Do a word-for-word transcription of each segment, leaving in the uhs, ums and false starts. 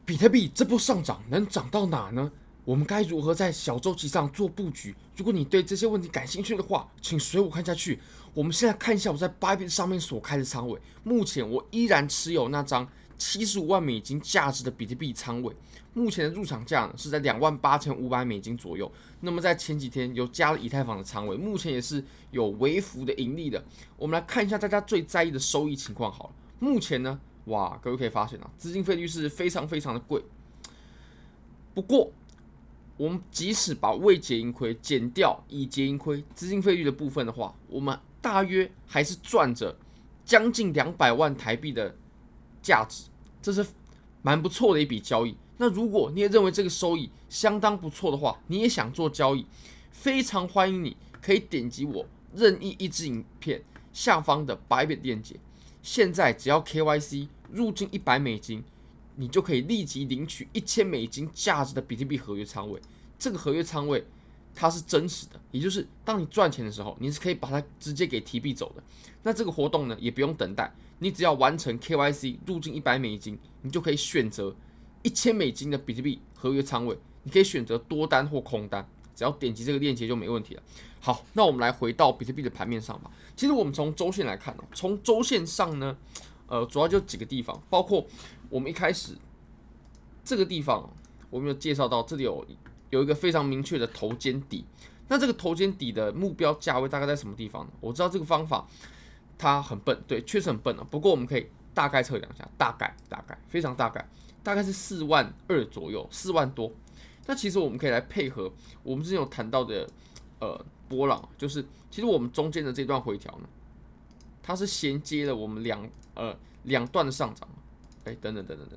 比特币这波上涨能涨到哪呢？我们该如何在小周期上做布局？如果你对这些问题感兴趣的话，请随我看下去。我们现在看一下我在 Bybit 上面所开的仓位，目前我依然持有那张七十五万美金价值的比特币仓位，目前的入场价呢是在两万八千五百美金左右。那么在前几天有加了以太坊的仓位，目前也是有微幅的盈利的。我们来看一下大家最在意的收益情况好了。目前呢，哇，各位可以发现啊，资金费率是非常非常的贵。不过，我们即使把未结盈亏减掉已结盈亏资金费率的部分的话，我们大约还是赚着将近两百万台币的价值，这是蛮不错的一笔交易。那如果你也认为这个收益相当不错的话，你也想做交易，非常欢迎你可以点击我任意一支影片下方的 Bybit 链接。现在只要 K Y C 入金一百美金，你就可以立即领取一千美金价值的比特币合约仓位。这个合约仓位它是真实的，也就是当你赚钱的时候，你是可以把它直接给提币走的。那这个活动呢，也不用等待，你只要完成 K Y C 入金一百美金，你就可以选择一千美金的比特币合约仓位，你可以选择多单或空单，只要点击这个链接就没问题了。好，那我们来回到比特币的盘面上吧。其实我们从周线来看哦，从周线上呢，呃，主要就几个地方，包括我们一开始这个地方，我们有介绍到，这里有有一个非常明确的头肩底。那这个头肩底的目标价位大概在什么地方呢？我知道这个方法它很笨，对，确实很笨啊。不过我们可以大概测量一下，大概大概非常大概，大概是四万二左右，四万多。那其实我们可以来配合我们之前有谈到的呃波浪，就是其实我们中间的这段回调呢，它是衔接了我们两呃两段的上涨，哎，等等等等等等，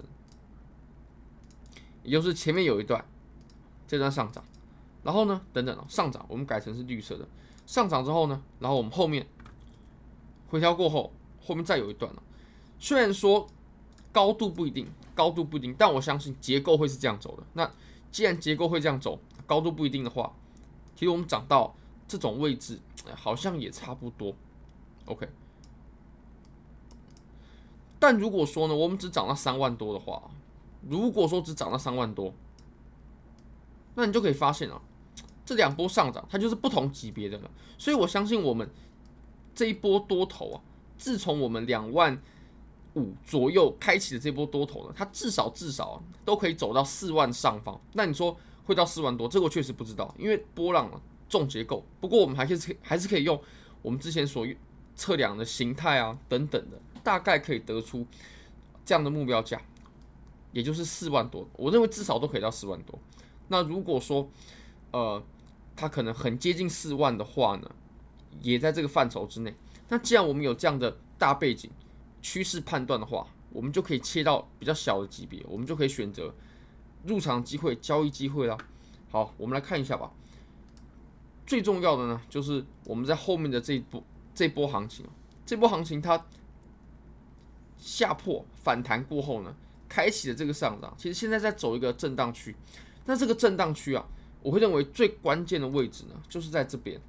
也就是前面有一段这段上涨，然后呢等等上涨，我们改成是绿色的上涨之后呢，然后我们后面回调过后，后面再有一段了。虽然说高度不一定，高度不一定，但我相信结构会是这样走的。那既然结构会这样走，高度不一定的话，其实我们涨到这种位置，好像也差不多。OK， 但如果说呢，我们只涨到三万多的话，如果说只涨到三万多，那你就可以发现啊，这两波上涨它就是不同级别的了。所以我相信我们这一波多头啊，自从我们两万五左右开启的这波多头呢，它至少至少、啊、都可以走到四万上方。那你说会到四万多，这个我确实不知道，因为波浪啊重结构。不过我们还是还是可以用我们之前所测量的形态啊等等的，大概可以得出这样的目标价，也就是四万多。我认为至少都可以到四万多。那如果说呃它可能很接近四万的话呢，也在这个范畴之内。那既然我们有这样的大背景趋势判断的话，我们就可以切到比较小的级别，我们就可以选择入场机会、交易机会啦。好，我们来看一下吧。最重要的呢，就是我们在后面的这一波这波行情，这波行情它下破反弹过后呢，开启了这个上涨，其实现在在走一个震荡区。那这个震荡区啊，我会认为最关键的位置呢，就是在这边。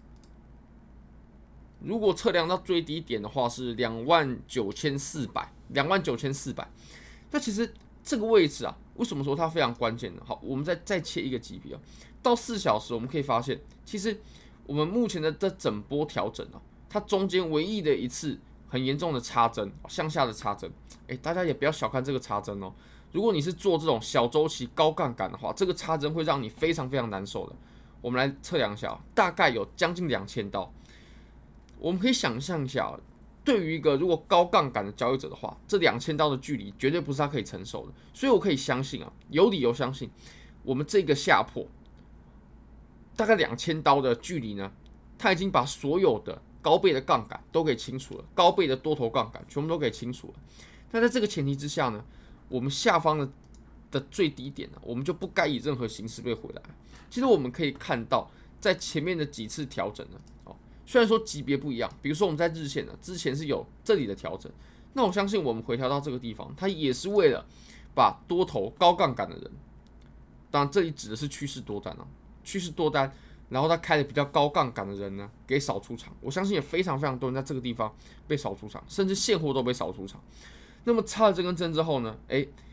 如果测量到最低点的话是两万九千四百，两万九千四百。那其实这个位置啊，为什么说它非常关键呢？好，我们再再切一个级别啊，到四小时我们可以发现，其实我们目前的这整波调整啊，它中间唯一的一次很严重的插针，向下的插针，哎，大家也不要小看这个插针哦。如果你是做这种小周期高杠杆的话，这个插针会让你非常非常难受的。我们来测量一下，大概有将近两千刀。我们可以想象一下，对于一个如果高杠杆的交易者的话，这两千刀的距离绝对不是他可以承受的。所以我可以相信啊，有理由相信，我们这个下破大概两千刀的距离呢，他已经把所有的高倍的杠杆都给清除了，高倍的多头杠杆全部都给清除了。那在这个前提之下呢，我们下方的的最低点呢，我们就不该以任何形式被回来。其实我们可以看到，在前面的几次调整呢，哦，虽然说级别不一样，比如说我们在日线呢，之前是有这里的调整，那我相信我们回调到这个地方，它也是为了把多头高杠杆的人，当然这里指的是趋势多单啊，趋势多单，然后他开的比较高杠杆的人呢，给扫出场。我相信也非常非常多人在这个地方被扫出场，甚至现货都被扫出场。那么插了这根针之后呢，哎，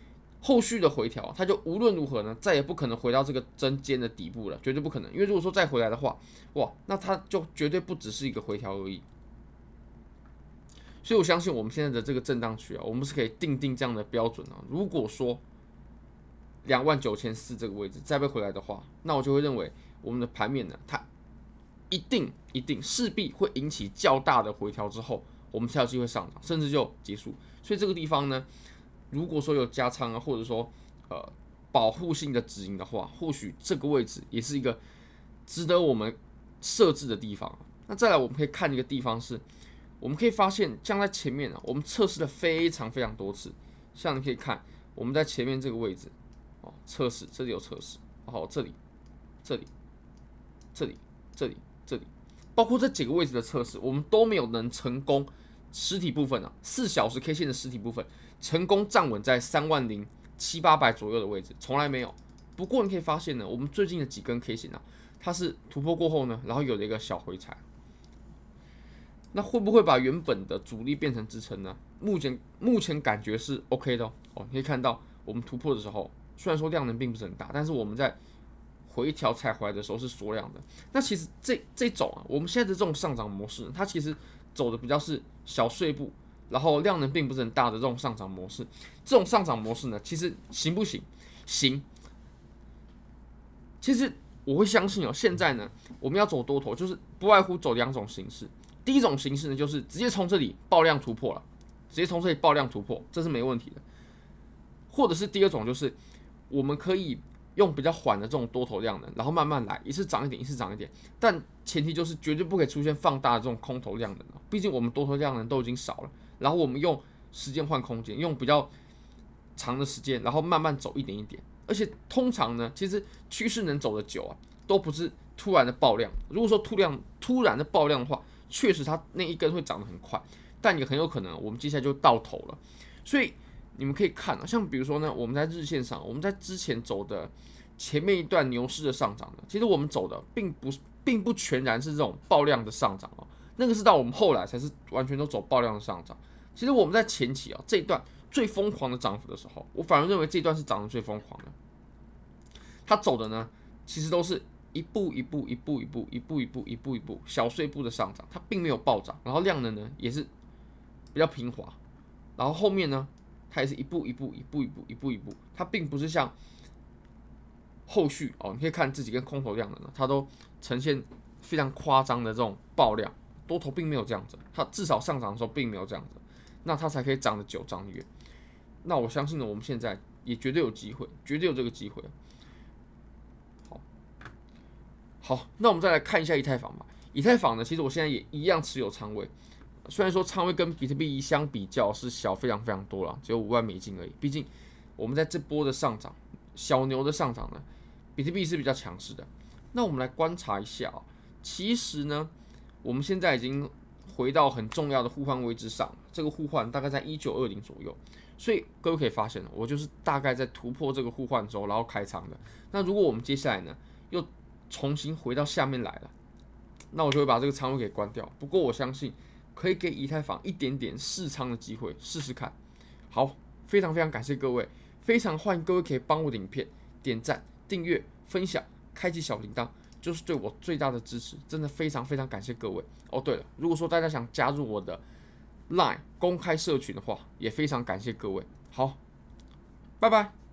后续的回调，它就无论如何呢，再也不可能回到这个针尖的底部了，绝对不可能。因为如果说再回来的话，哇，那它就绝对不只是一个回调而已。所以我相信我们现在的这个震荡区啊，我们是可以定定这样的标准啊。如果说两万九千四这个位置再被回来的话，那我就会认为我们的盘面呢，它一定一定势必会引起较大的回调之后，我们才有机会上涨，甚至就结束。所以这个地方呢，如果说有加仓啊，或者说呃保护性的止盈的话，或许这个位置也是一个值得我们设置的地方。那再来，我们可以看一个地方是，我们可以发现，像在前面啊，我们测试了非常非常多次。像你可以看，我们在前面这个位置，哦，测试，这里有测试，然后这里、这里、这里、这里、这里，包括这几个位置的测试，我们都没有能成功实体部分啊，四小时 K 线的实体部分成功站稳在三万零七八百左右的位置，从来没有。不过你可以发现呢，我们最近的几根 K 线啊，它是突破过后呢，然后有了一个小回踩。那会不会把原本的阻力变成支撑呢？目前目前感觉是 OK 的 哦, 哦。你可以看到，我们突破的时候，虽然说量能并不是很大，但是我们在回调踩回来的时候是缩量的。那其实这这种啊，我们现在的这种上涨模式，它其实走的比较是小碎步，然后量能并不是很大的这种上涨模式。这种上涨模式呢，其实行不行？行。其实我会相信哦，现在呢，我们要走多头，就是不外乎走两种形式。第一种形式呢，就是直接从这里爆量突破了，直接从这里爆量突破，这是没问题的。或者是第二种，就是我们可以用比较缓的这种多头量能，然后慢慢来，一次涨一点，一次涨一点。但前提就是绝对不可以出现放大的这种空头量能，毕竟我们多头量能都已经少了。然后我们用时间换空间，用比较长的时间，然后慢慢走一点一点。而且通常呢，其实趋势能走得久啊，都不是突然的爆量。如果说突量突然的爆量的话，确实它那一根会涨得很快，但也很有可能我们接下来就到头了。所以你们可以看啊，像比如说呢，我们在日线上，我们在之前走的前面一段牛市的上涨呢，其实我们走的并不并不全然是这种爆量的上涨哦，那个是到我们后来才是完全都走爆量的上涨。其实我们在前期啊这一段最疯狂的涨幅的时候，我反而认为这一段是涨得最疯狂的。它走的呢，其实都是一步一步、一步一步、一步一步、一步一步小碎步的上涨，它并没有暴涨，然后量能呢也是比较平滑，然后后面呢，它也是一步一步、一步一步、一步一步，它并不是像后续哦，你可以看这几根空头量能呢，它都呈现非常夸张的这种爆量，多头并没有这样子，它至少上涨的时候并没有这样子，那它才可以涨得久、涨得远。那我相信呢，我们现在也绝对有机会，绝对有这个机会。好，那我们再来看一下以太坊吧。以太坊呢，其实我现在也一样持有仓位，虽然说仓位跟比特币相比较是小非常非常多了，只有五万美金而已。毕竟我们在这波的上涨，小牛的上涨呢，比特币是比较强势的。那我们来观察一下啊，其实呢，我们现在已经回到很重要的互换位置上，这个互换大概在一九二零左右。所以各位可以发现，我就是大概在突破这个互换之后，然后开仓的。那如果我们接下来呢，又重新回到下面来了，那我就会把这个仓位给关掉。不过我相信可以给以太坊一点点试仓的机会，试试看。好，非常非常感谢各位，非常欢迎各位可以帮我的影片点赞、订阅、分享、开启小铃铛，就是对我最大的支持。真的非常非常感谢各位。哦，对了，如果说大家想加入我的 Line 公开社群的话，也非常感谢各位。好，拜拜。